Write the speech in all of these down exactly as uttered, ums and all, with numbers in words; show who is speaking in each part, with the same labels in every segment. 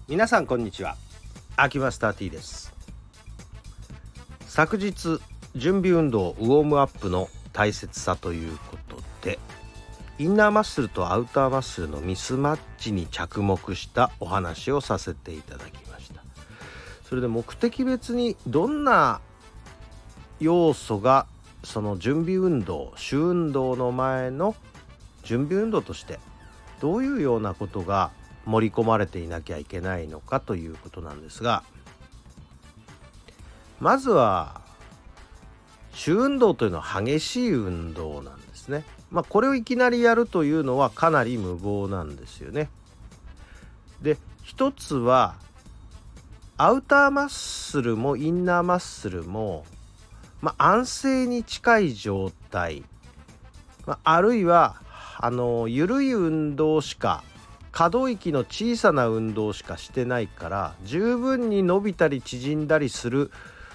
Speaker 1: 皆さんこんにちは。秋マスター T です。昨日準備運動ウォームアップの大切さということで、インナーマッスルとアウターマッスルのミスマッチに着目したお話をさせていただきました。それで目的別にどんな要素がその準備運動、主運動の前の準備運動としてどういうようなことが盛り込まれていなきゃいけないのかということなんですが、まずは主運動というのは激しい運動なんですね。まあこれをいきなりやるというのはかなり無謀なんですよね。で、一つはアウターマッスルもインナーマッスルも、まあ、安静に近い状態、まあ、あるいはあの緩い運動しか、可動域の小さな運動しかしてないから十分に伸びたり縮んだりする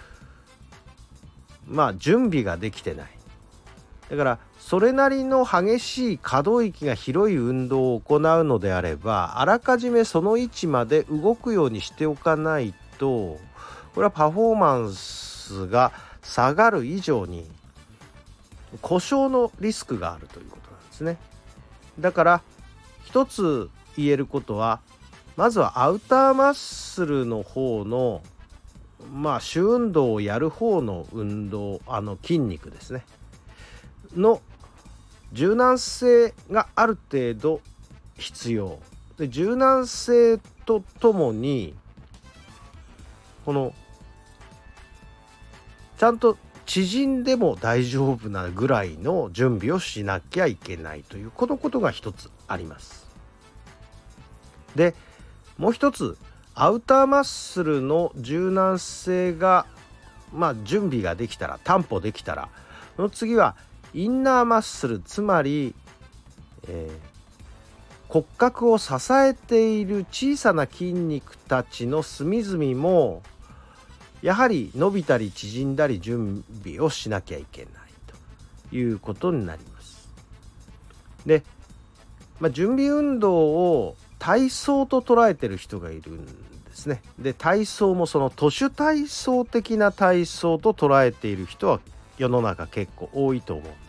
Speaker 1: まあ準備ができてない。だからそれなりの激しい可動域が広い運動を行うのであれば、あらかじめその位置まで動くようにしておかないと、これはパフォーマンスが下がる以上に故障のリスクがあるということなんですね。だから一つ言えることは、まずはアウターマッスルの方のまあ主運動をやる方の運動、あの筋肉ですねの柔軟性がある程度必要で、柔軟性とともにこのちゃんと縮んでも大丈夫なぐらいの準備をしなきゃいけないという、このことが一つあります。で、もう一つ、アウターマッスルの柔軟性がまあ準備ができたら、担保できたら、その次はインナーマッスル、つまり、えー、骨格を支えている小さな筋肉たちの隅々もやはり伸びたり縮んだり準備をしなきゃいけないということになります。で、まあ、準備運動を体操と捉えてる人がいるんですね。で、体操もその徒手体操的な体操と捉えている人は世の中結構多いと思うんです。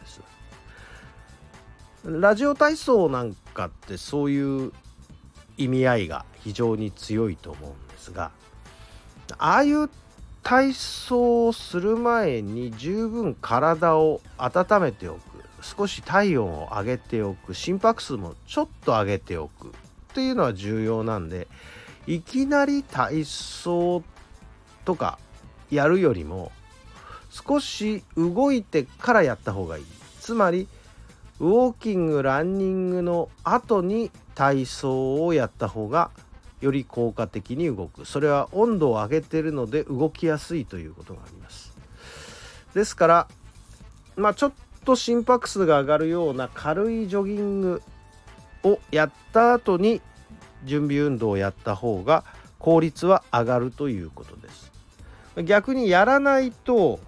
Speaker 1: ラジオ体操なんかってそういう意味合いが非常に強いと思うんですが、ああいう体操をする前に十分体を温めておく、少し体温を上げておく、心拍数もちょっと上げておくっていうのは重要なんで、いきなり体操とかやるよりも少し動いてからやった方がいい。つまりウォーキング、ランニングの後に体操をやった方がより効果的に動く。それは温度を上げているので動きやすいということがあります。ですからまあちょっと心拍数が上がるような軽いジョギングをやった後に準備運動をやった方が効率は上がるということです。逆にやらないと、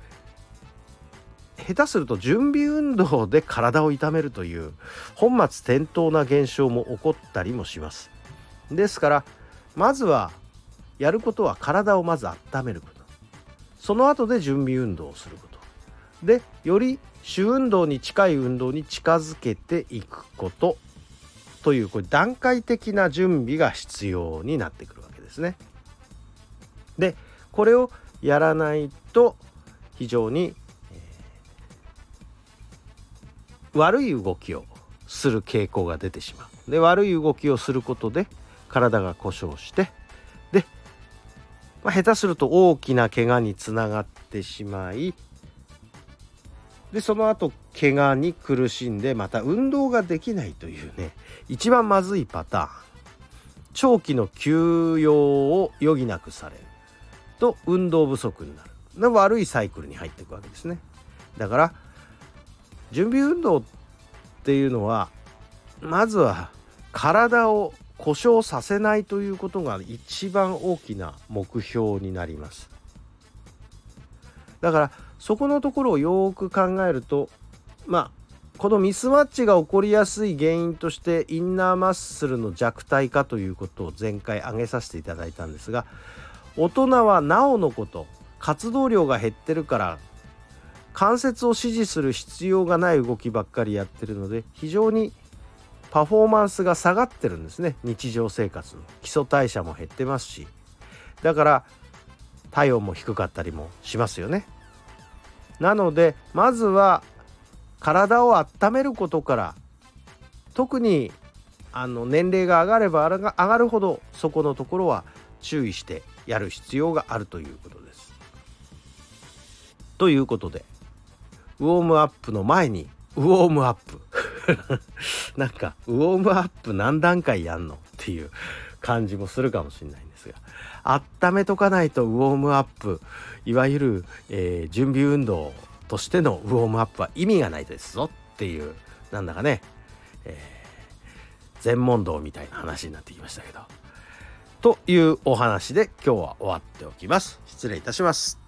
Speaker 1: 下手すると準備運動で体を痛めるという本末転倒な現象も起こったりもします。ですからまずはやることは体をまず温めること、その後で準備運動をすることで、より主運動に近い運動に近づけていくことという、これ段階的な準備が必要になってくるわけですね。で、これをやらないと非常に、えー、悪い動きをする傾向が出てしまう。で、悪い動きをすることで体が故障して、で、まあ、下手すると大きな怪我につながってしまい、でその後怪我に苦しんでまた運動ができないというね、一番まずいパターン。長期の休養を余儀なくされると運動不足になる。で、悪いサイクルに入っていくわけですね。だから準備運動っていうのは、まずは体を故障させないということが一番大きな目標になります。だからそこのところをよく考えると、まあこのミスマッチが起こりやすい原因としてインナーマッスルの弱体化ということを前回挙げさせていただいたんですが、大人はなおのこと活動量が減ってるから関節を支持する必要がない動きばっかりやってるので、非常にパフォーマンスが下がってるんですね。日常生活の基礎代謝も減ってますし、だから体温も低かったりもしますよね。なのでまずは体を温めることから、特にあの年齢が上がれば上がるほどそこのところは注意してやる必要があるということです。ということでウォームアップの前にウォームアップなんかウォームアップ何段階やんのっていう感じもするかもしれないんですが、温めとかないとウォームアップ、いわゆる、えー、準備運動としてのウォームアップは意味がないですぞっていう、なんだかね、えー、全問答みたいな話になってきましたけど、というお話で今日は終わっておきます。失礼いたします。